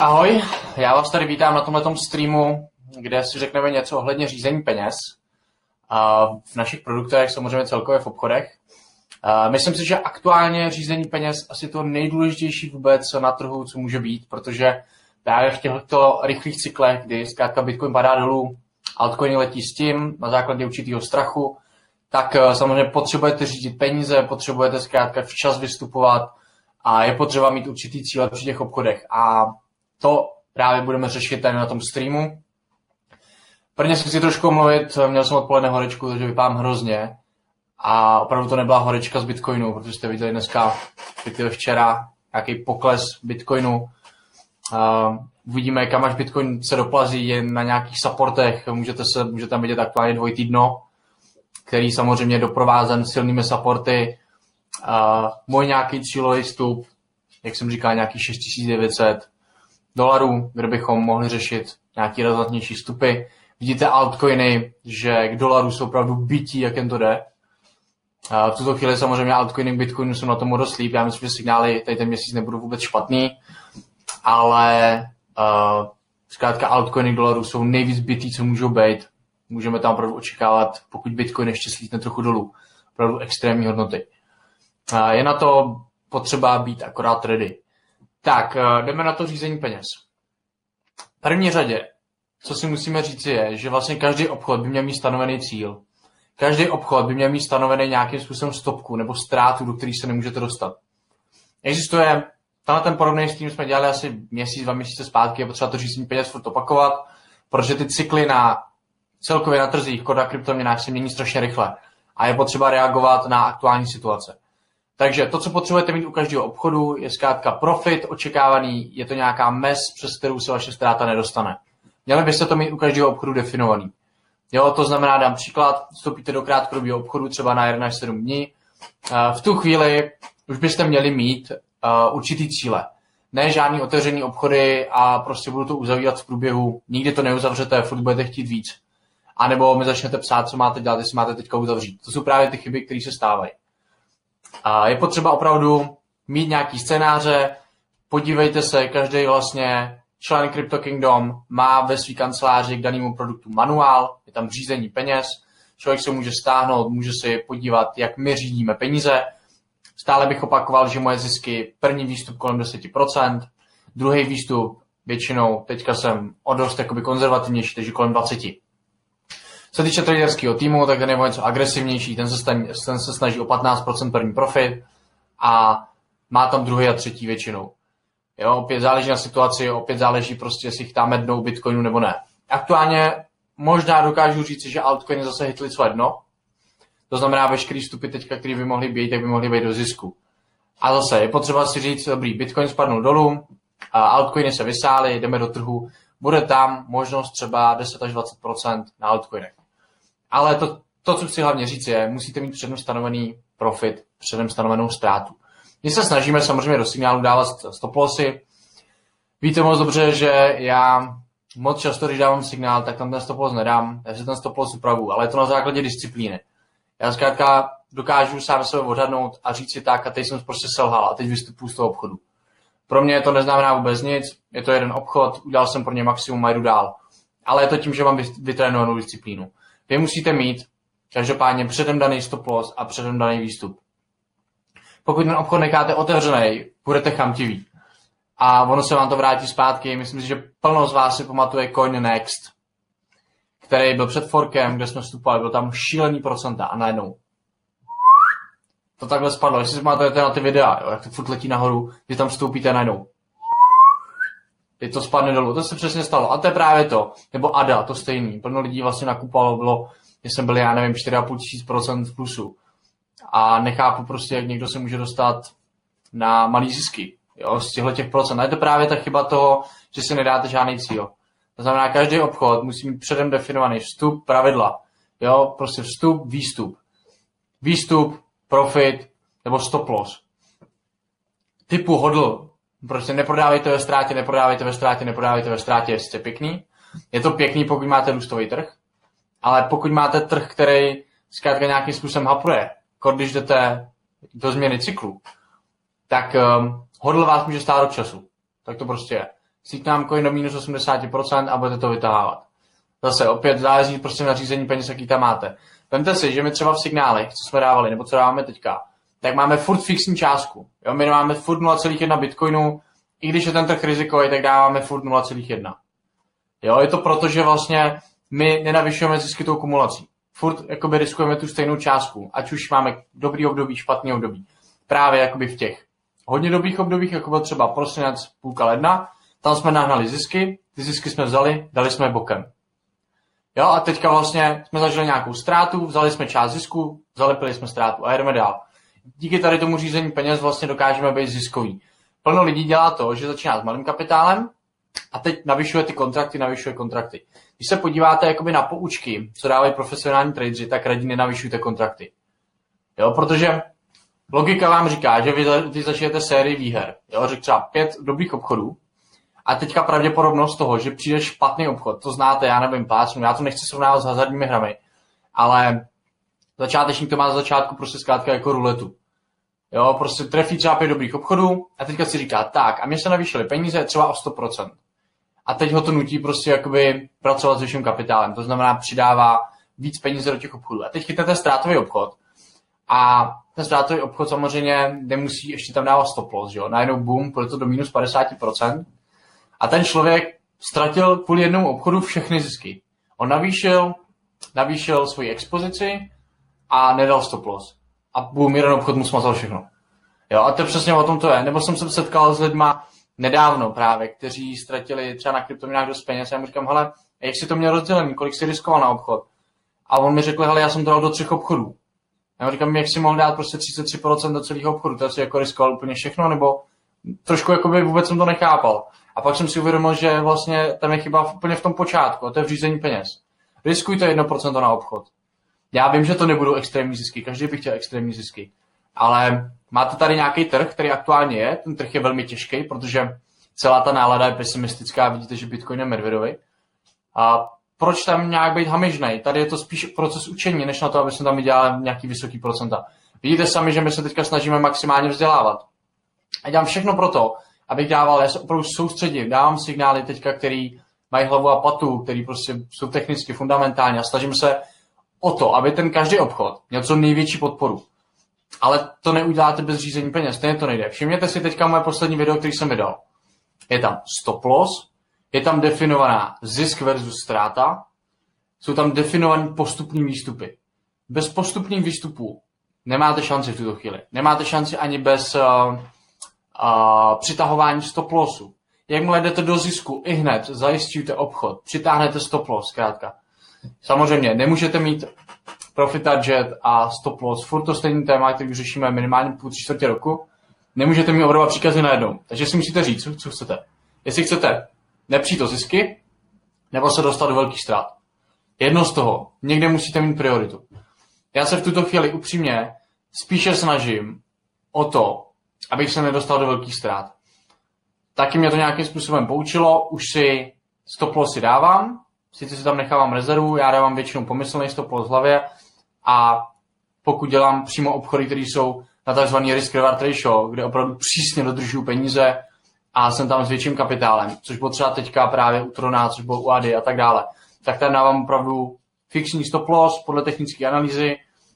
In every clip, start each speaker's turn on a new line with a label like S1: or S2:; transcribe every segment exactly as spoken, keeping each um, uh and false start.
S1: Ahoj, já vás tady vítám na tomhletom streamu, kde si řekneme něco ohledně řízení peněz a v našich produktech, samozřejmě celkově v obchodech. A myslím si, že aktuálně řízení peněz asi to nejdůležitější vůbec na trhu, co může být, protože právě v těchto rychlých cyklech, kdy zkrátka Bitcoin padá dolů, altcoiny letí s tím na základě určitého strachu, tak samozřejmě potřebujete řídit peníze, potřebujete zkrátka včas vystupovat a je potřeba mít určitý cíle při těch obchodech. A to právě budeme řešit tady na tom streamu. Prvně si chci trošku omluvit, měl jsem odpoledne horečku, takže vypadám hrozně. A opravdu to nebyla horečka z Bitcoinu, protože jste viděli dneska, respektive včera, nějaký pokles Bitcoinu. Uh, uvidíme, kam až Bitcoin se doplazí, je na nějakých supportech, můžete, se, můžete tam vidět aktuálně dvojtýdno, který samozřejmě je doprovázen silnými supporty. Uh, můj nějaký cílový vstup, jak jsem říkal, nějaký šest tisíc devět set dolarů, kde bychom mohli řešit nějaký razantnější vstupy. Vidíte altcoiny, že k dolaru jsou opravdu bytí, jak jen to jde. Uh, v tuto chvíli samozřejmě altcoiny k Bitcoinu jsou na tom dost líp. Já myslím, že signály tady ten měsíc nebudou vůbec špatný, ale uh, zkrátka altcoiny k dolaru jsou nejvíc bytý, co můžou být. Můžeme tam opravdu očekávat, pokud Bitcoin ještě slítne trochu dolů, opravdu extrémní hodnoty. Uh, je na to potřeba být akorát ready. Tak, uh, jdeme na to řízení peněz. V první řadě, co si musíme říct je, že vlastně každý obchod by měl mít stanovený cíl. Každý obchod by měl mít stanovený nějakým způsobem stopku nebo ztrátu, do které se nemůžete dostat. Existuje, tenhle ten podobný stream jsme dělali asi měsíc, dva měsíce zpátky, je potřeba to řízení peněz furt opakovat, protože ty cykly na celkově na trzích, kod a kryptoměnách se mění strašně rychle a je potřeba reagovat na aktuální situace. Takže to, co potřebujete mít u každého obchodu, je zkrátka profit očekávaný, je to nějaká mez, přes kterou se vaše ztráta nedostane. Měli byste to mít u každého obchodu definovaný. Jo, to znamená, dám příklad, vstoupíte do krátkodobého obchodu třeba na jedna až sedm dní. V tu chvíli už byste měli mít určitý cíle. Ne žádný otevřený obchody a prostě budu to uzavírat v průběhu. Nikdy to neuzavřete, furt budete chtít víc. A nebo mi začnete psát, co máte dělat, jestli máte teďka uzavřít. To jsou právě ty chyby, které se stávají. A je potřeba opravdu mít nějaký scénáře. Podívejte se, každý vlastně člen Crypto Kingdom má ve své kanceláři k danému produktu manuál, je tam řízení peněz, člověk se může stáhnout, může si podívat, jak my řídíme peníze. Stále bych opakoval, že moje zisky, první výstup kolem deset procent, druhý výstup většinou, teďka jsem o dost jakoby konzervativnější, takže kolem dvacet procent. Co se týče traderského týmu, tak ten je o něco agresivnější, ten se, staň, ten se snaží o patnáct procent první profit a má tam druhý a třetí většinou. Jo, opět záleží na situaci, opět záleží prostě, jestli chytáme dno Bitcoinu nebo ne. Aktuálně možná dokážu říct, že altcoiny zase hitly své dno. To znamená, veškerý vstupy teďka, které by mohly být, tak by mohly být do zisku. A zase je potřeba si říct, dobrý, Bitcoin spadnul dolů, a altcoiny se vysály, jdeme do trhu, bude tam možnost třeba deset až dvacet procent na altcoinech. Ale to, to, co chci hlavně říct, je, musíte mít předem stanovený profit, předem stanovenou ztrátu. My se snažíme samozřejmě do signálu dávat stop lossy. Víte moc dobře, že já moc často, když dávám signál, tak tam ten stop loss nedám, já si ten stop loss upravu, ale je to na základě disciplíny. Já zkrátka dokážu sám sebe odhadnout a říct si tak, a teď jsem prostě selhal a teď vystupuji z toho obchodu. Pro mě to neznamená vůbec nic, je to jeden obchod, udělal jsem pro ně maximum a jdu dál. Ale je to tím, že mám vytrénovanou disciplínu. Vy musíte mít každopádně předem daný stop loss a předem daný výstup. Pokud ten obchod necháte otevřený, budete chamtiví. A ono se vám to vrátí zpátky. Myslím si, že plno z vás si pamatuje Coin Next, který byl před forkem, kde jsme vstupovali, byl tam šílený procenta a najednou to takhle spadlo. Jestli si pamatujete na ty videa, jo, jak to furt letí nahoru, když tam vstoupíte a najednou teď to spadne dolů. To se přesně stalo. A to je právě to. Nebo A D A, to stejný. Plno lidí vlastně nakupovalo, bylo, když jsem byl, já nevím, čtyři a půl tisíc procent v plusu. A nechápu prostě, jak někdo se může dostat na malý zisky, jo, z těchto těch procent. A je to právě ta chyba toho, že si nedáte žádný cíl. To znamená, každý obchod musí mít předem definovaný vstup, pravidla. Jo, prostě vstup, výstup. Výstup, profit nebo stop loss. Typu hodl. Prostě neprodávejte ve ztrátě, neprodávejte ve ztrátě, neprodávejte ve ztrátě, je sice pěkný. Je to pěkný, pokud máte růstový trh, ale pokud máte trh, který zkrátka nějakým způsobem hapruje, když jdete do změny cyklu, tak um, hodl vás může stát do času. Tak to prostě je. Sítne nám coin do minus osmdesát procent a budete to vytahávat. Zase opět záleží prostě na řízení peněz, jaký tam máte. Vemte si, že my třeba v signálech, co jsme dávali, nebo co dáváme teďka, tak máme furt fixní částku. Jo, my máme furt nula celá jedna bitcoinu, i když je ten trh rizikový, tak dáváme furt nula celá jedna. Jo, je to proto, že vlastně my nenavyšujeme zisky tou kumulací. Furt jakoby riskujeme tu stejnou částku, ať už máme dobrý období, špatný období. Právě jakoby v těch hodně dobrých obdobích, jako byl třeba prosinec, půlka ledna, tam jsme nahnali zisky, ty zisky jsme vzali, dali jsme bokem. Jo, a teďka vlastně jsme zažili nějakou ztrátu, vzali jsme část zisku, zalepili jsme ztrátu a jdeme dál. Díky tady tomu řízení peněz vlastně dokážeme být ziskový. Plno lidí dělá to, že začíná s malým kapitálem a teď navyšuje ty kontrakty, navyšuje kontrakty. Když se podíváte jakoby na poučky, co dávají profesionální tradeři, tak radí nenavyšujte kontrakty. Jo, protože logika vám říká, že vy, vy začnete sérii výher. Jo, řekl třeba pět dobrých obchodů a teďka pravděpodobnost toho, že přijde špatný obchod, to znáte, já nevím, plácnu, já to nechci srovnávat s hazardními hrami, ale začátečník to má za začátku prostě zkrátka jako ruletu. Jo, prostě trefí třeba pět dobrých obchodů a teďka si říká, tak, a mě se navýšily peníze třeba o sto procent. A teď ho to nutí prostě jakoby pracovat s vyšším kapitálem, to znamená přidává víc peníze do těch obchodů. A teď chytáte ztrátový obchod a ten ztrátový obchod samozřejmě nemusí ještě tam dávat stop loss, jo, najednou boom, půjde to do minus padesát procent a ten člověk ztratil kvůli jednomu obchodu všechny zisky. On navýšil, navýšil svoji expozici a nedal stop loss. A boom, jeden obchod mu smazal všechno. Jo, a to přesně o tom to je. Nebo jsem se setkal s lidma nedávno právě, kteří ztratili třeba na kryptoměnách dost peněz. Já mu říkám, hele, jak si to měl rozdělený, kolik si riskoval na obchod? A on mi řekl, hele, já jsem to dal do třech obchodů. Já mu říkám, jak si mohl dát prostě třicet tři procent do celého obchodu, to si jako riskoval úplně všechno, nebo trošku jakoby vůbec jsem to nechápal. A pak jsem si uvědomil, že vlastně tam je chyba úplně v tom počátku, a to je v řízení peněz. Riskujte jedno procento na obchod. Já vím, že to nebudou extrémní zisky, každý by chtěl extrémní zisky, ale máte tady nějaký trh, který aktuálně je, ten trh je velmi těžký, protože celá ta nálada je pesimistická, vidíte, že Bitcoin je medvědovi. A proč tam nějak být hamižnej? Tady je to spíš proces učení, než na to, aby jsme tam vydělali nějaký vysoký procenta. Vidíte sami, že my se teďka snažíme maximálně vzdělávat. A dělám všechno pro to, abych dával, já se opravdu soustředím, dávám signály teďka, který mají hlavu a patu, který prostě jsou technicky fundamentální a snažím se o to, aby ten každý obchod měl co největší podporu. Ale to neuděláte bez řízení peněz, stejně to nejde. Všimněte si teďka moje poslední video, který jsem vydal. Je tam stop loss, je tam definovaná zisk versus ztráta, jsou tam definované postupní výstupy. Bez postupných výstupů nemáte šanci v tuto chvíli. Nemáte šanci ani bez uh, uh, přitahování stop lossu. Jakmile jdete do zisku, i hned zajistíte obchod, přitáhnete stop loss, zkrátka. Samozřejmě nemůžete mít profit target a stop loss, furt to stejný téma, který řešíme minimálně půl tři čtvrtě roku. Nemůžete mít oba příkazy najednou. Takže si musíte říct, co, co chcete. Jestli chcete nepřijít o zisky, nebo se dostat do velkých ztrát. Jedno z toho. Někde musíte mít prioritu. Já se v tuto chvíli upřímně spíše snažím o to, abych se nedostal do velkých ztrát. Taky mě to nějakým způsobem poučilo, už si stop lossy dávám, sice si tam nechávám rezervu, já dávám většinou pomyslný stop loss v hlavě a pokud dělám přímo obchody, které jsou na tzv. Risk reward ratio, kde opravdu přísně dodržuju peníze a jsem tam s větším kapitálem, což bylo třeba teďka právě u Trona, což bylo u Ady a tak dále, tak tam dávám opravdu fixní stop loss podle technické analýzy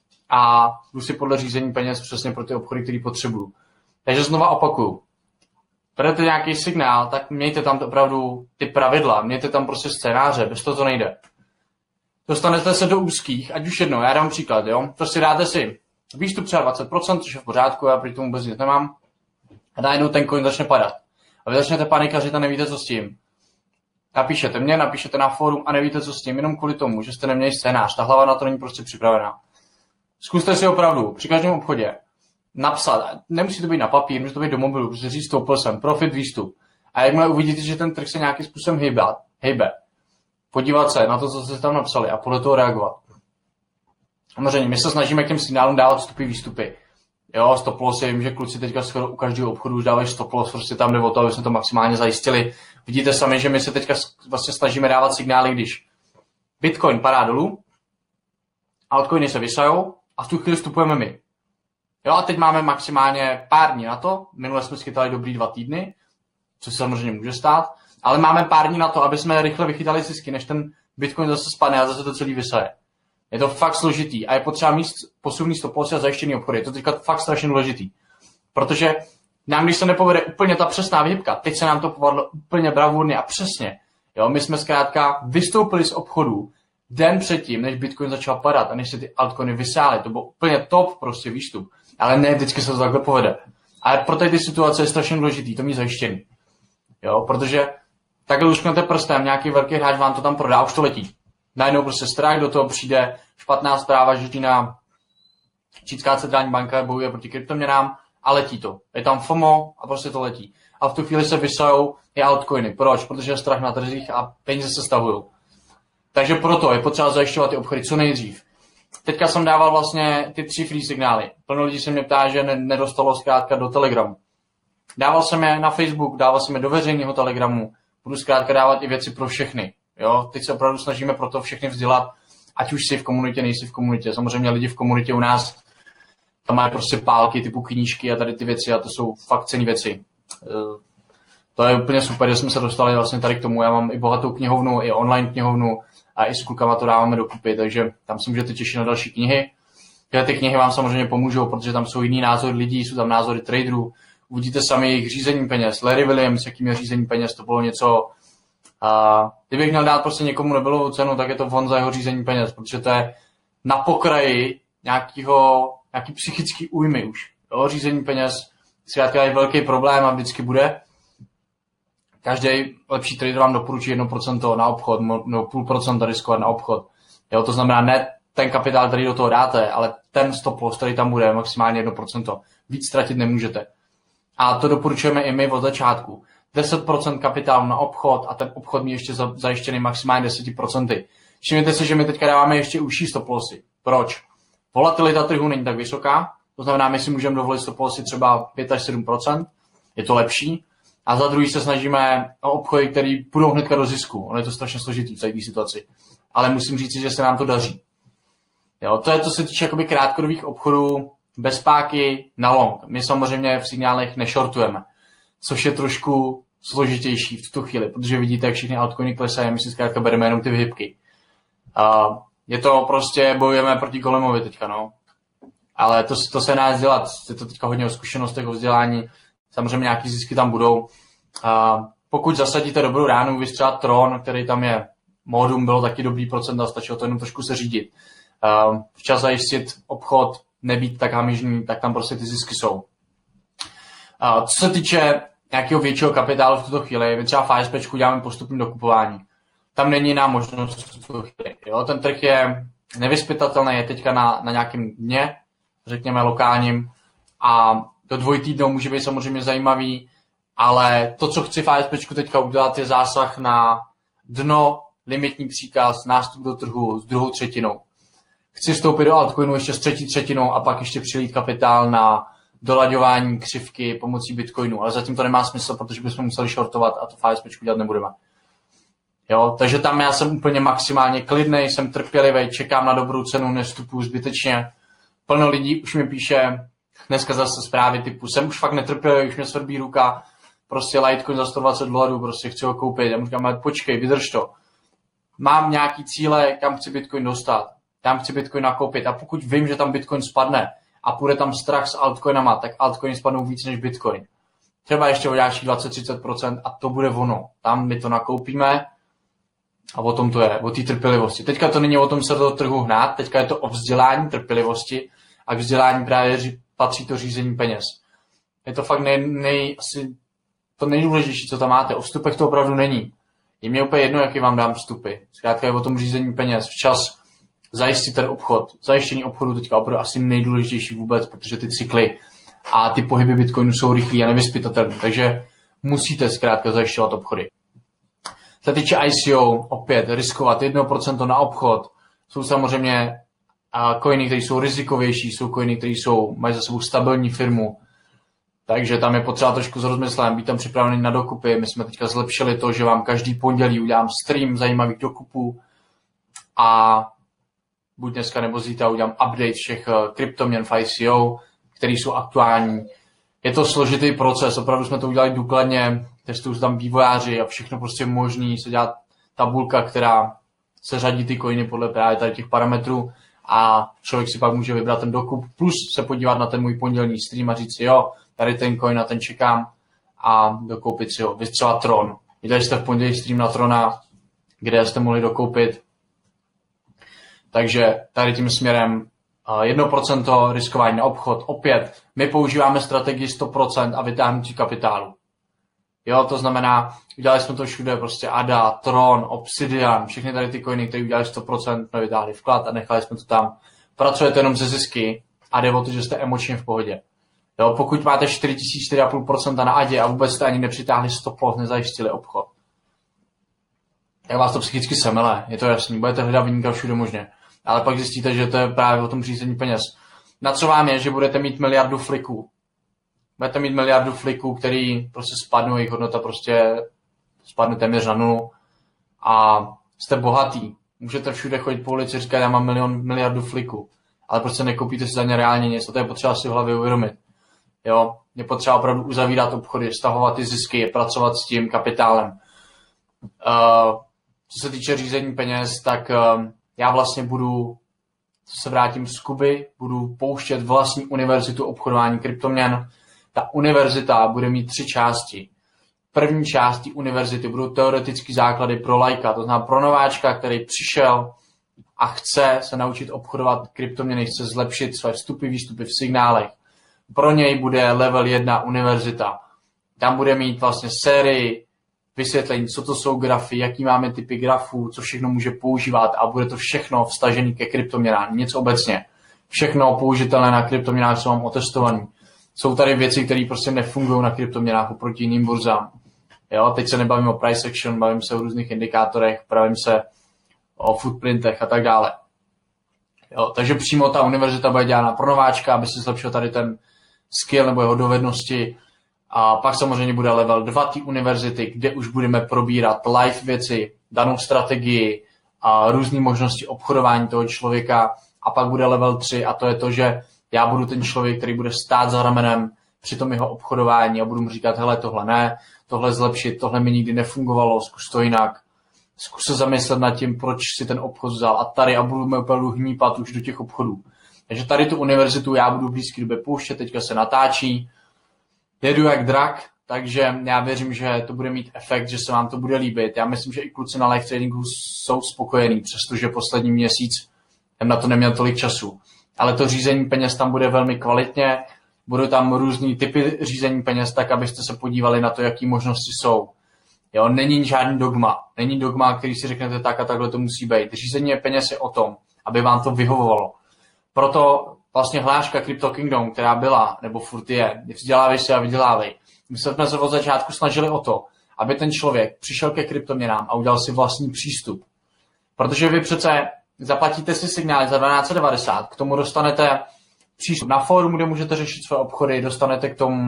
S1: a jdu si podle řízení peněz přesně pro ty obchody, které potřebuju. Takže znova opakuju. Berete nějaký signál, tak mějte tam opravdu ty pravidla, mějte tam prostě scénáře, bez toho to nejde. Dostanete se do úzkých, ať už jedno, já dám příklad, jo. Prostě dáte si výstup třeba dvacet procent, což je v pořádku, já proti tomu vůbec nic nemám, a najednou ten coin začne padat. A vy začnete panikařit a nevíte, co s tím. Napíšete mě, napíšete na fórum a nevíte, co s tím, jenom kvůli tomu, že jste neměli scénář, ta hlava na to není prostě připravená. Zkuste si opravdu při každém obchodě napsat, nemusí to být na papír, může to být do mobilu, prostě říct stoupil jsem, profit, výstup. A jakmile uvidíte, že ten trh se nějakým způsobem hejbe, hejbe, podívat se na to, co jste tam napsali a podle toho reagovat. Samozřejmě, my se snažíme k těm signálům dávat vstupy, výstupy. Jo, stop loss, já vím, že kluci teďka skoro u každého obchodu už dávají stop loss, prostě tam jde o to, aby jsme to maximálně zajistili. Vidíte sami, že my se teďka vlastně snažíme dávat signály, když Bitcoin padá dolů, altcoiny se vysajou a v tu chvíli vstupujeme my. Jo, a teď máme maximálně pár dní na to, minule jsme schytali dobrý dva týdny, což se samozřejmě může stát, Ale máme pár dní na to, aby jsme rychle vychytali zisky, než ten Bitcoin zase spadne a zase to celý vysaje. Je to fakt složitý a je potřeba mít posuvný stop loss a zajištěný obchody. Je to teďka fakt strašně důležitý. Protože nám, když se nepovede úplně ta přesná výhybka, teď se nám to povedlo úplně bravurně a přesně. Jo, my jsme zkrátka vystoupili z obchodu den předtím, než Bitcoin začal padat a než se ty altcoiny vysály. To byl úplně top prostě výstup. Ale ne vždycky se to takhle povede. Ale pro ty situace je strašně důležitý to mít zajištěný. Jo, protože takhle lusknete prstem, nějaký velký hráč vám to tam prodá, už to letí. Najednou prostě strach, do toho přijde špatná zpráva, že Čína, Čínská centrální banka bojuje proti kryptoměnám a letí to. Je tam FOMO a prostě to letí. A v tu chvíli se vysajou i altcoiny. Proč? Protože je strach na trzích a peníze se stavují. Takže proto je potřeba zajišťovat ty obchody co nejdřív. Teďka jsem dával vlastně ty tři free signály. Plno lidí se mě ptá, že nedostalo zkrátka do Telegramu. Dával jsem je na Facebook, dával jsem je do veřejného Telegramu. Budu zkrátka dávat i věci pro všechny. Jo? Teď se opravdu snažíme pro to všechny vzdělat, ať už jsi v komunitě, nejsi v komunitě. Samozřejmě lidi v komunitě u nás tam mají prostě pálky typu knížky a tady ty věci a to jsou fakt cenné věci. To je úplně super, že jsme se dostali vlastně tady k tomu. Já mám i bohatou knihovnu, i online knihovnu a i s klukama to dáváme dokupy, takže tam se můžete těšit na další knihy. Tyhle ty knihy vám samozřejmě pomůžou, protože tam jsou jiný názory lidí, jsou tam názory traderů. Uvidíte sami jejich řízení peněz. Larry Williams, jakým je řízení peněz, to bylo něco. A kdybych měl dát prostě někomu Nobelovu cenu, tak je to on za jeho řízení peněz, protože to je na pokraji nějakého, nějaký psychický újmy už. Jo, řízení peněz zkrátka je velký problém a vždycky bude. Každý lepší trader vám doporučí jedno procento na obchod, nebo půl procenta riskovat na obchod. Jo, to znamená ne ten kapitál, který do toho dáte, ale ten stop loss, který tam bude, maximálně jedno procento. Víc ztratit nemůžete. A to doporučujeme i my od začátku. deset procent kapitálu na obchod a ten obchod mi ještě zajištěný maximálně deset procent. Všimněte si, že my teďka dáváme ještě užší stop lossy. Proč? Volatilita trhu není tak vysoká, to znamená, my si můžeme dovolit stop lossy třeba pět až sedm procent, je to lepší. A za druhý se snažíme o obchody, které půjdou hnedka do zisku. Ono je to strašně složitý v té situaci. Ale musím říct, že se nám to daří. Jo, to je, co se týče jakoby krátkodobých obchodů bez páky na long. My samozřejmě v signálech nešortujeme, což je trošku složitější v tuto chvíli, protože vidíte, jak všechny altcoiny klesají a my si zkrátka bereme jenom ty vyhybky. Uh, je to prostě, bojujeme proti Golemovi teďka, no. Ale to, to se dá dělat. Je to teďka hodně o zkušenostech, o vzdělání. Samozřejmě nějaký zisky tam budou. Uh, pokud zasadíte dobrou ránu, vystřát Tron, který tam je, Modum bylo taky dobrý procent a stačilo to jenom trošku se řídit. Uh, včas zajistit obchod, nebýt tak hamižný, tak tam prostě ty zisky jsou. Uh, co se týče nějakého většího kapitálu v tuto chvíli, my třeba v A S P děláme postupné dokupování. Tam není jiná možnost v tuto chvíli. Jo? Ten trh je nevyspytatelný, je teďka na, na nějakém dně, řekněme lokálním, a do dvojtýdnů může být samozřejmě zajímavý, ale to, co chci v A S P teďka udělat, je zásah na dno, limitní příkaz, nástup do trhu s druhou třetinou. Chci vstoupit do altcoinu ještě s třetí třetinou a pak ještě přilít kapitál na dolaďování křivky pomocí Bitcoinu, ale zatím to nemá smysl, protože bychom museli shortovat a to v A S P dělat nebudeme. Jo, takže tam já jsem úplně maximálně klidnej, jsem trpělivý, čekám na dobrou cenu, nevstupuju zbytečně. Plno lidí už mi píše dneska zase zprávy typu, jsem už fakt netrpělivý, už mě svrbí ruka, prostě Litecoin za sto dvacet dolarů, prostě chci ho koupit. Já mu říkám, počkej, vydrž to. Mám nějaký cíle, kam chci Bitcoin dostat, tam chci Bitcoin nakoupit a pokud vím, že tam Bitcoin spadne a půjde tam strach s altcoinama, tak altcoiny spadnou víc než Bitcoin. Třeba ještě o nějakých dvacet až třicet procent a to bude ono. Tam my to nakoupíme a o tom to je, o té trpělivosti. Teďka to není o tom se do trhu hnát, teďka je to o vzdělání trpělivosti a k vzdělání právě patří to řízení peněz. Je to fakt nej, nej, asi to nejdůležitější, co tam máte. O vstupech to opravdu není. Je mi úplně jedno, jaký vám dám vstupy. Zkrátka je o tom řízení peněz. Včas zajistit ten obchod. Zajištění obchodu teďka opravdu asi nejdůležitější vůbec, protože ty cykly a ty pohyby Bitcoinu jsou rychlý a nevyzpytatelný. Takže musíte zkrátka zajišťovat obchody. Co se týče I C O, opět riskovat jedno procento na obchod. Jsou samozřejmě coiny, které jsou rizikovější, jsou coiny, které jsou, mají za sebou stabilní firmu. Takže tam je potřeba trošku s rozmyslem, být tam připravený na dokupy. My jsme teďka zlepšili to, že vám každý pondělí udělám stream zajímavých dokupů a buď dneska nebo zítra udělám update všech kryptoměn v I C O, které jsou aktuální. Je to složitý proces, opravdu jsme to udělali důkladně, testují tam vývojáři a všechno prostě možný, se dělá tabulka, která se řadí ty coiny podle právě tady těch parametrů a člověk si pak může vybrat ten dokup, plus se podívat na ten můj pondělní stream a říct si, jo, tady ten coin, na ten čekám a dokoupit si ho. Vy třeba Tron. Viděli jste v pondělí stream na Trona, kde jste mohli dokoupit. Takže tady tím směrem jedno procento riskování na obchod. Opět, my používáme strategii sto procent a vytáhnutí kapitálu. Jo, to znamená, udělali jsme to všude, prostě A D A, Tron, Obsidian, všechny tady ty coiny, které udělali sto procent, jsme vytáhli vklad a nechali jsme to tam. Pracujete jenom ze zisky a jde o to, že jste emočně v pohodě. Jo, pokud máte čtyři tisíce, čtyři celá pět procenta na Adě a vůbec jste ani nepřitáhli stop loss, nezajistili obchod, tak vás to psychicky semele, je to jasný, budete hledat viníka všude možně. Ale pak zjistíte, že to je právě o tom řízení peněz. Na co vám je, že budete mít miliardu fliků. Budete mít miliardu fliků, který prostě spadnou, jejich hodnota prostě spadne téměř na nulu a jste bohatý. Můžete všude chodit po ulici a říkat, já mám milion, miliardu fliků, ale prostě nekoupíte si za ně reálně nic. A to je potřeba si v hlavě uvědomit. Jo? Je potřeba opravdu uzavírat obchody, stahovat ty zisky, pracovat s tím kapitálem. Uh, co se týče řízení peněz, tak uh, já vlastně budu, se vrátím z Kuby, budu pouštět vlastní univerzitu obchodování kryptoměn. Ta univerzita bude mít tři části. První části univerzity budou teoretické základy pro laika, to znamená pro nováčka, který přišel a chce se naučit obchodovat kryptoměny, chce zlepšit své vstupy, výstupy v signálech. Pro něj bude level jedna univerzita. Tam bude mít vlastně sérii vysvětlení, co to jsou grafy, jaký máme typy grafů, co všechno může používat a bude to všechno vstažené ke kryptoměnám. Něco obecně. Všechno použitelné na kryptoměnách, co mám otestovaný. Jsou tady věci, které prostě nefungují na kryptoměnách oproti jiným burzám. Jo, teď se nebavím o price action, bavím se o různých indikátorech, bavím se o footprintech a tak dále. Jo, takže přímo ta univerzita bude dělána pro nováčka, aby se zlepšil tady ten skill nebo jeho dovednosti. A pak samozřejmě bude level dva té univerzity, kde už budeme probírat live věci, danou strategii a různé možnosti obchodování toho člověka. A pak bude level tři a to je to, že já budu ten člověk, který bude stát za ramenem při tom jeho obchodování a budu mu říkat, hele, tohle ne, tohle zlepšit, tohle mi nikdy nefungovalo, zkus to jinak. Zkus se zamyslet nad tím, proč si ten obchod vzal a tady a budu mě opravdu hnípat už do těch obchodů. Takže tady tu univerzitu já budu v blízké době pouštět, teďka se natáčí, jedu jak drak, takže já věřím, že to bude mít efekt, že se vám to bude líbit. Já myslím, že i kluci na live tradingu jsou spokojení, přestože poslední měsíc jsem na to neměl tolik času. Ale to řízení peněz tam bude velmi kvalitně, budou tam různý typy řízení peněz, tak abyste se podívali na to, jaký možnosti jsou. Jo, není žádný dogma, není dogma, který si řeknete tak a takhle to musí být. Řízení peněz je o tom, aby vám to vyhovovalo. Proto vlastně hláška Crypto Kingdom, která byla, nebo furt je, vzdělávej se a vydělávej. My jsme se od začátku snažili o to, aby ten člověk přišel ke kryptoměnám a udělal si vlastní přístup. Protože vy přece zaplatíte si signály za dvanáct devadesát, k tomu dostanete přístup na fórum, kde můžete řešit své obchody, dostanete k tomu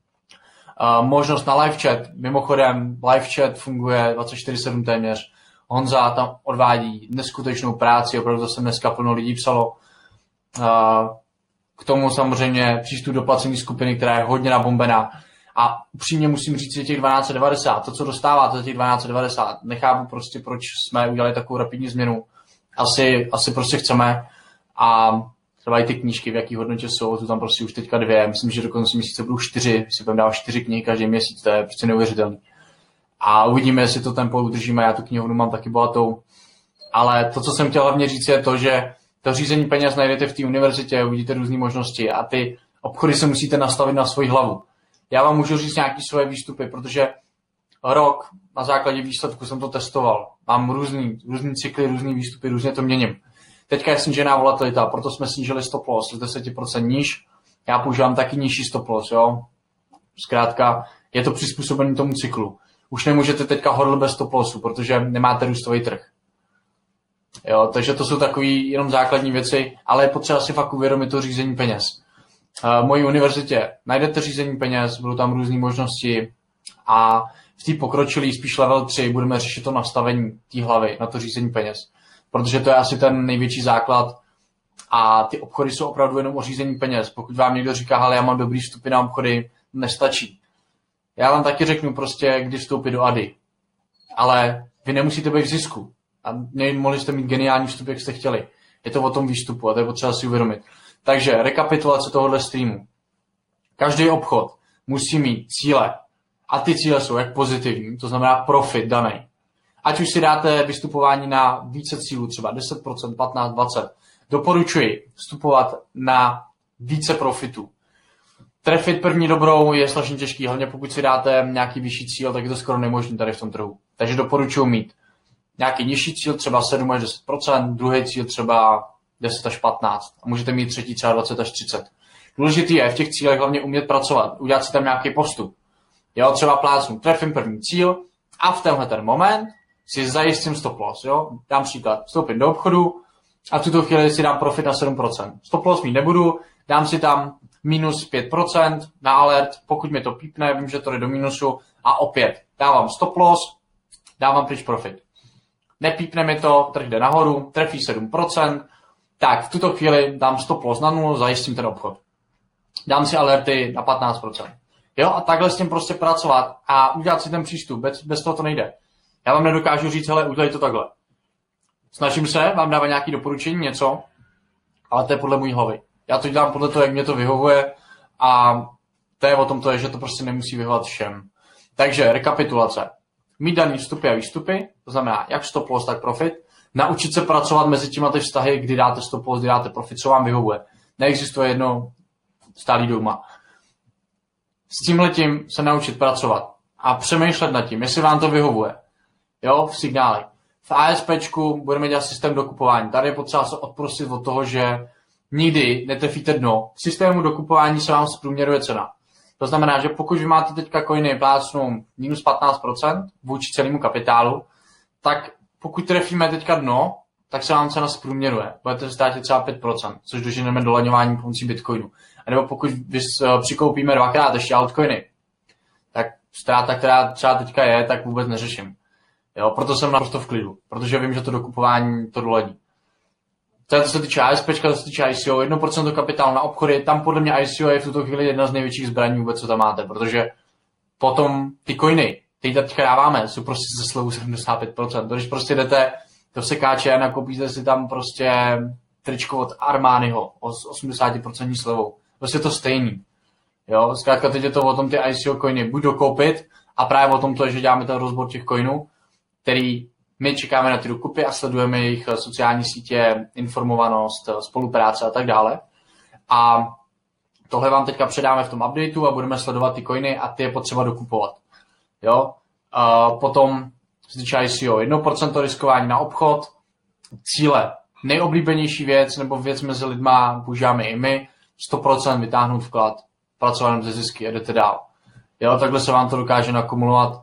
S1: uh, možnost na live chat. Mimochodem, live chat funguje dvacet čtyři sedm téměř. Honza tam odvádí neskutečnou práci, opravdu to jsem dneska plno lidí psalo. Uh, k tomu samozřejmě přístup do placení skupiny, která je hodně nabombená. A upřímně musím říct, že těch dvanáct devadesát, to, co dostáváte za těch dvanáct devadesát, nechápu prostě, proč jsme udělali takovou rapidní změnu. Asi, asi prostě chceme a třeba i ty knížky, v jaký hodnotě jsou, tu tam prostě už teďka dvě, myslím, že do konce měsíce budou čtyři, si budeme dávat čtyři knihy každý měsíc, to je prostě neuvěřitelný. A uvidíme, jestli to tempo udržíme, já tu knihovnu mám taky bohatou. Ale to, co jsem chtěl hlavně říct, je to, že to řízení peněz najdete v té univerzitě, uvidíte různé možnosti a ty obchody se musíte nastavit na svoji hlavu. Já vám můžu říct nějaké svoje výstupy, protože rok na základě výsledku jsem to testoval. Mám různý, různý cykly, různý výstupy, různě to měním. Teďka je snížená volatilita, proto jsme snížili stop loss z deset procent níž. Já používám taky nižší stop loss, jo. Zkrátka, je to přizpůsobené tomu cyklu. Už nemůžete teďka hodl bez stop lossu, protože nemáte růstový trh. Jo, takže to jsou takové jenom základní věci, ale je potřeba si fakt uvědomit to řízení peněz. V mojí univerzitě najdete řízení peněz, budou tam různé možnosti a v té pokročilé spíš level tři budeme řešit to nastavení té hlavy na to řízení peněz. Protože to je asi ten největší základ a ty obchody jsou opravdu jenom o řízení peněz. Pokud vám někdo říká, hele, já mám dobrý vstupy na obchody, nestačí. Já vám taky řeknu prostě, kdy vstoupit do Ady. Ale vy nemusíte být v zisku. A mohli jste mít geniální vstup, jak jste chtěli. Je to o tom výstupu a to je potřeba si uvědomit. Takže rekapitulace tohohle streamu. Každý obchod musí mít cíle. A ty cíle jsou jak pozitivní, to znamená profit daný. Ať už si dáte vystupování na více cílů, třeba deset procent, patnáct, dvacet. Doporučuji vstupovat na více profitů. Trefit první dobrou je strašně těžký, hlavně pokud si dáte nějaký vyšší cíl, tak je to skoro nemožné tady v tom trhu. Takže doporučuji mít nějaký nižší cíl, třeba sedm až deset procent, druhý cíl třeba deset až patnáct a můžete mít třetí třeba dvacet až třicet. Důležitý je v těch cílech hlavně umět pracovat, udělat si tam nějaký postup. Jo, třeba plácnu, trefím první cíl a v tenhle ten moment si zajistím stop loss. Jo? Dám příklad, vstoupím do obchodu a v tuto chvíli si dám profit na sedm procent. Stop loss mít nebudu, dám si tam minus pět procent na alert, pokud mi to pípne, vím, že to jde do minusu a opět dávám stop loss, dávám pryč profit. Nepípne mi to, trh jde nahoru, trefí sedm procent, tak v tuto chvíli dám stop loss na nulu, zajistím ten obchod. Dám si alerty na patnáct procent. Jo, a takhle s tím prostě pracovat a udělat si ten přístup, bez, bez toho to nejde. Já vám nedokážu říct, hele, udělej to takhle. Snažím se vám dávat nějaké doporučení, něco, ale to je podle mojí hlavy. Já to dělám podle toho, jak mě to vyhovuje a to je o tom, to je, že to prostě nemusí vyhovovat všem. Takže rekapitulace. Mít daný vstupy a výstupy, to znamená jak stop loss, tak profit. Naučit se pracovat mezi těma ty vztahy, kdy dáte stop loss, kdy dáte profit, co vám vyhovuje. Neexistuje jedno stálý dogma. S tímhletím se naučit pracovat a přemýšlet nad tím, jestli vám to vyhovuje. Jo, v signále. V ASPčku budeme dělat systém dokupování. Tady je potřeba se odprostit od toho, že nikdy netrefíte dno. V systému dokupování se vám zprůměruje cena. To znamená, že pokud vy máte teďka coiny plácnou minus patnáct procent vůči celému kapitálu, tak pokud trefíme teďka dno, tak se vám cena zprůměruje. Budete ztrátit třeba pět procent, což doženeme dolaňování pomocí Bitcoinu. A nebo pokud přikoupíme dvakrát ještě altcoiny, tak ztráta, která třeba teďka je, tak vůbec neřeším. Jo, proto jsem naprosto v klidu, protože vím, že to dokupování to doladí. To se týče ASPčka, to se týče I C O, jedno procento kapitálu na obchody, tam podle mě I C O je v tuto chvíli jedna z největších zbraní vůbec, co tam máte, protože potom ty coiny, ty teďka dáváme, jsou prostě ze slevu sedmdesát pět procent. Když prostě jdete do sekáče a nakoupíte si tam prostě tričko od Armaniho o osmdesát procent slevou. Prostě to stejný. Jo, zkrátka teď je to o tom ty I C O coiny buď dokoupit a právě o tom to je, že děláme ten rozbor těch coinů, který my čekáme na ty dokupy a sledujeme jejich sociální sítě, informovanost, spolupráce a tak dále. A tohle vám teďka předáme v tom updateu a budeme sledovat ty coiny a ty je potřeba dokupovat. Jo? A potom se týče I C O, jedno procento riskování na obchod, cíle, nejoblíbenější věc nebo věc mezi lidma, používáme i my, sto procent vytáhnout vklad, pracovat ze zisky a jdete dál. Jo? Takhle se vám to dokáže nakumulovat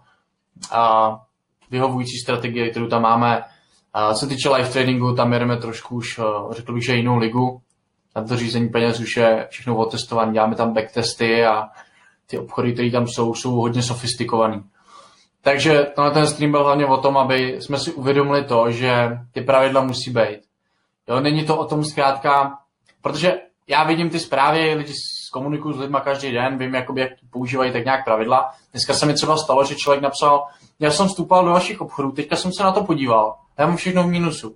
S1: a vyhovující strategie, kterou tam máme. A co se týče live tradingu, tam jedeme trošku už, řekl bych, že jinou ligu. Tam to řízení peněz už je všechno otestované, děláme tam backtesty a ty obchody, které tam jsou, jsou hodně sofistikovaný. Takže tenhle ten stream byl hlavně o tom, aby jsme si uvědomili to, že ty pravidla musí být. Jo, není to o tom zkrátka, protože já vidím ty zprávy, lidi komunikuju s lidma každý den, vím, jakoby, jak používají tak nějak pravidla. Dneska se mi třeba stalo, že člověk napsal, já jsem vstoupal do vašich obchodů, teďka jsem se na to podíval, a já mám všechno v mínusu.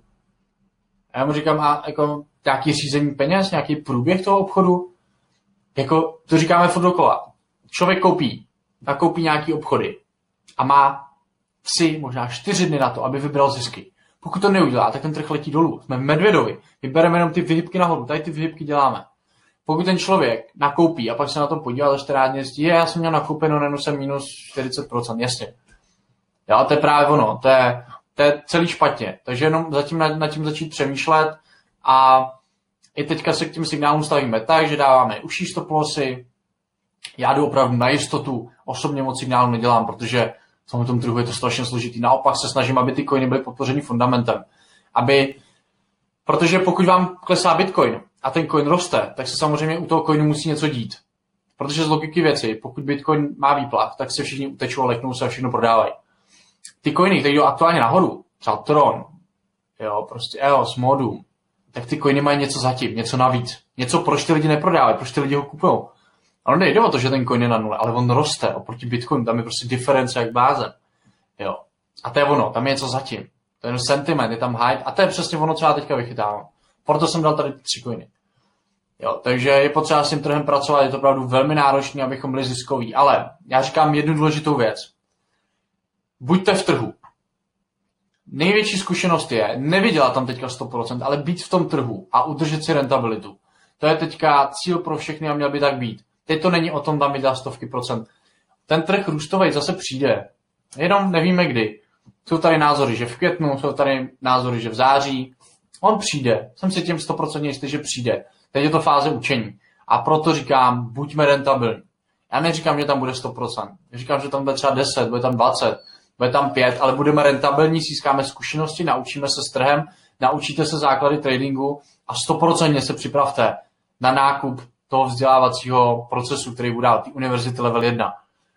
S1: A já mu říkám, a jako nějaký řízení peněz, nějaký průběh toho obchodu, jako to říkáme furt dokola. Člověk koupí, nakoupí nějaký obchody a má tři, možná čtyři dny na to, aby vybral zisky. Pokud to neudělá, tak ten trh letí dolů. Jsme v Medvědovi, vybereme jenom ty vyhybky nahoru, tady ty vyhybky děláme. Pokud ten člověk nakoupí a pak se na to podívá za čtrnáct dní, zjistí, je, já jsem měl nakoupeno, nenosem minus čtyřicet procent, jasně. Jo, to je právě ono, to je, to je celý špatně. Takže jenom zatím nad, nad tím začít přemýšlet a i teďka se k těm signálům stavíme tak, že dáváme užší stop lossy. Já jdu opravdu na jistotu, osobně moc signálů nedělám, protože v tomto trhu je to strašně složitý. Naopak se snažím, aby ty coiny byly podpořeny fundamentem. Aby, protože pokud vám klesá Bitcoin a ten coin roste, tak se samozřejmě u toho coinu musí něco dít. Protože z logiky věci, pokud Bitcoin má výplach, tak se všichni utečou, leknou se a všechno prodávají. Ty coiny, které jdou aktuálně nahoru, třeba Tron, jo, prostě E O S, Modum, tak ty coiny mají něco zatím, něco navíc. Něco, proč ty lidi neprodávají, proč ty lidi ho kupují. ono nejde o to, že ten coin je na nule, ale on roste oproti Bitcoinu, tam je prostě diference jak blázen. Jo. A to je ono, tam je něco zatím. To je sentiment, je tam hype a to je přesně ono, co já teďka vychytávám. Proto jsem dal tady ty tři coiny. Jo, takže je potřeba s tím trhem pracovat, je to opravdu velmi náročné, abychom byli ziskoví. Ale já říkám jednu důležitou věc. Buďte v trhu. Největší zkušenost je nevydělat tam teďka sto procent, ale být v tom trhu a udržet si rentabilitu. To je teďka cíl pro všechny a měl by tak být. Teď to není o tom tam vydělat stovky procent. Ten trh růstový zase přijde. Jenom nevíme kdy. Jsou tady názory, že v květnu, jsou tady názory, že v září. On přijde. Jsem si tím sto procent jistý, že přijde. Teď je to fáze učení. A proto říkám, buďme rentabilní. Já neříkám, že tam bude sto procent. Říkám, že tam bude třeba deset, bude tam dvacet, bude tam pět, ale budeme rentabilní, získáme zkušenosti, naučíme se s trhem, naučíte se základy tradingu a sto procent se připravte na nákup toho vzdělávacího procesu, který bude dát té univerzity level jedna.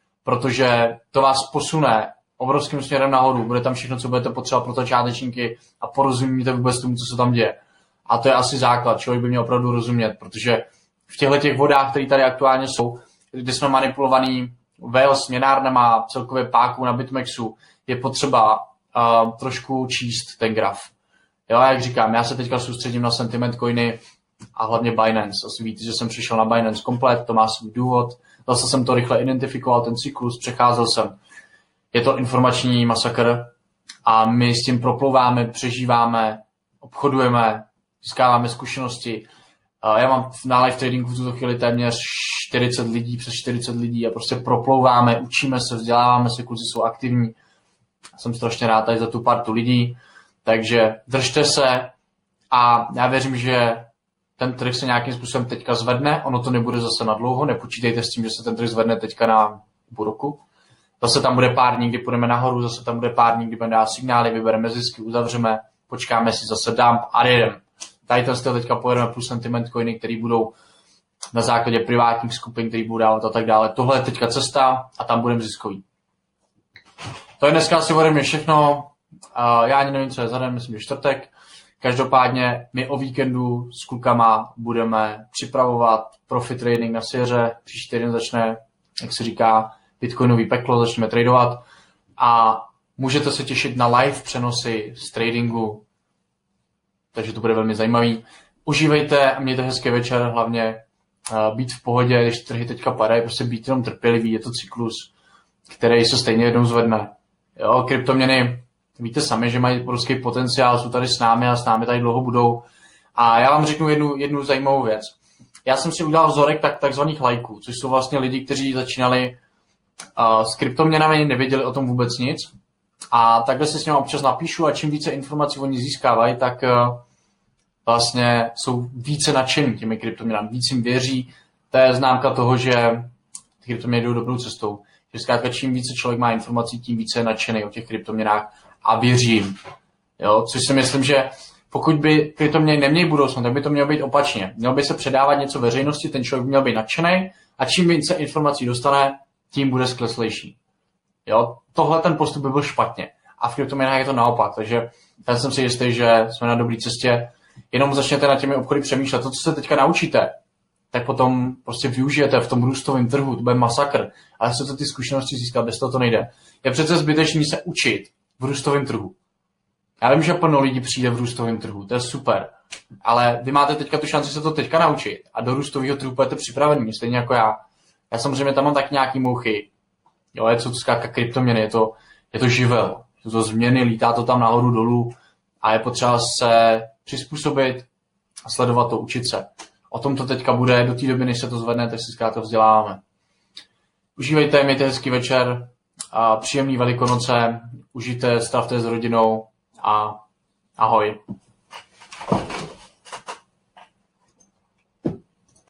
S1: Protože to vás posune obrovským směrem nahoru. Bude tam všechno, co budete potřebovat pro začátečníky a porozumíte vůbec tomu, co se tam děje. A to je asi základ, člověk by měl opravdu rozumět, protože v těchto těch vodách, které tady aktuálně jsou, kde jsme manipulovaný vé směnárnama, celkově páku na BitMEXu, je potřeba uh, trošku číst ten graf. Jo, jak říkám, já se teďka soustředím na sentiment coiny a hlavně Binance. Asi víte, že jsem přišel na Binance komplet, to má svůj důvod. Zase jsem to rychle identifikoval, ten cyklus, přecházel jsem. Je to informační masakr a my s tím proplouváme, přežíváme, obchodujeme, získáváme zkušenosti. Já mám na live tradingu v tuto chvíli téměř čtyřicet lidí, přes čtyřicet lidí a prostě proplouváme, učíme se, vzděláváme se, kluci jsou aktivní. Jsem strašně rád tady za tu partu lidí, takže držte se a já věřím, že ten trh se nějakým způsobem teďka zvedne, ono to nebude zase na dlouho, nepočítejte s tím, že se ten trh zvedne teďka na půl roku. Zase tam bude pár dní, kdy půjdeme nahoru, zase tam bude pár dní, kdy budeme dát signály, vybereme zisky, uzavřeme, počkáme si zase dump a jedeme. Tady ten styl teďka pojedeme plus sentiment coiny, které budou na základě privátních skupin, které budou dávat a tak dále. Tohle je teďka cesta a tam budeme ziskový. To je dneska asi ode mě všechno. Já ani nevím, co je za den, myslím, že čtvrtek. Každopádně my o víkendu s klukama budeme připravovat profit trading na Sierře. Příští týden začne, jak se říká, bitcoinový peklo, začneme tradovat a můžete se těšit na live přenosy z tradingu, takže to bude velmi zajímavý. Užívejte a mějte hezký večer, hlavně uh, být v pohodě, když trhy teďka padají, prostě být jenom trpělivý, je to cyklus, který se stejně jednou zvedne. Jo, kryptoměny, víte sami, že mají obrovský potenciál, jsou tady s námi a s námi tady dlouho budou. A já vám řeknu jednu, jednu zajímavou věc. Já jsem si udělal vzorek tak, takzvaných lajků, což jsou vlastně lidi, kteří začínali uh, s kryptoměnami, nevěděli o tom vůbec nic. A takhle si s nimi občas napíšu a čím více informací oni získávají, tak uh, vlastně jsou více nadšení těmi kryptoměnami, víc jim věří. To je známka toho, že ty kryptoměny jdou dobrou cestou. Že zkrátka čím více člověk má informací, tím více je nadšený o těch kryptoměnách a věří jim. Jo? Což si myslím, že pokud by kryptoměny neměly budoucnost, tak by to mělo být opačně. Mělo by se předávat něco veřejnosti, ten člověk by měl být nadšený a čím více informací dostane, tím bude skleslejší. Jo? Tohle ten postup by byl špatně. A v kryptoměnách je to naopak. Takže já jsem si jistý, že jsme na dobré cestě. Jenom začněte na těmi obchody přemýšlet. To, co se teďka naučíte, tak potom prostě využijete v tom růstovém trhu. To bude masakr. Ale chcete ty zkušenosti získat, bez toho to nejde. Je přece zbytečný se učit v růstovém trhu. Já vím, že plno lidí přijde v růstovém trhu. To je super. Ale vy máte teďka tu šanci se to teďka naučit. A do růstového trhu budete připravení, stejně jako já. Já samozřejmě tam mám tak nějaký mouchy. Jo, je to zkrátka kryptoměny, je to, je to živel. Jsou to změny, lítá to tam nahoru dolů a je potřeba se přizpůsobit a sledovat to, učit se. O tom to teďka bude, do té doby, než se to zvedne, tak si zkrátka vzděláváme. Užívejte, mějte hezký večer, a příjemný Velikonoce, užijte, stravte s rodinou a ahoj.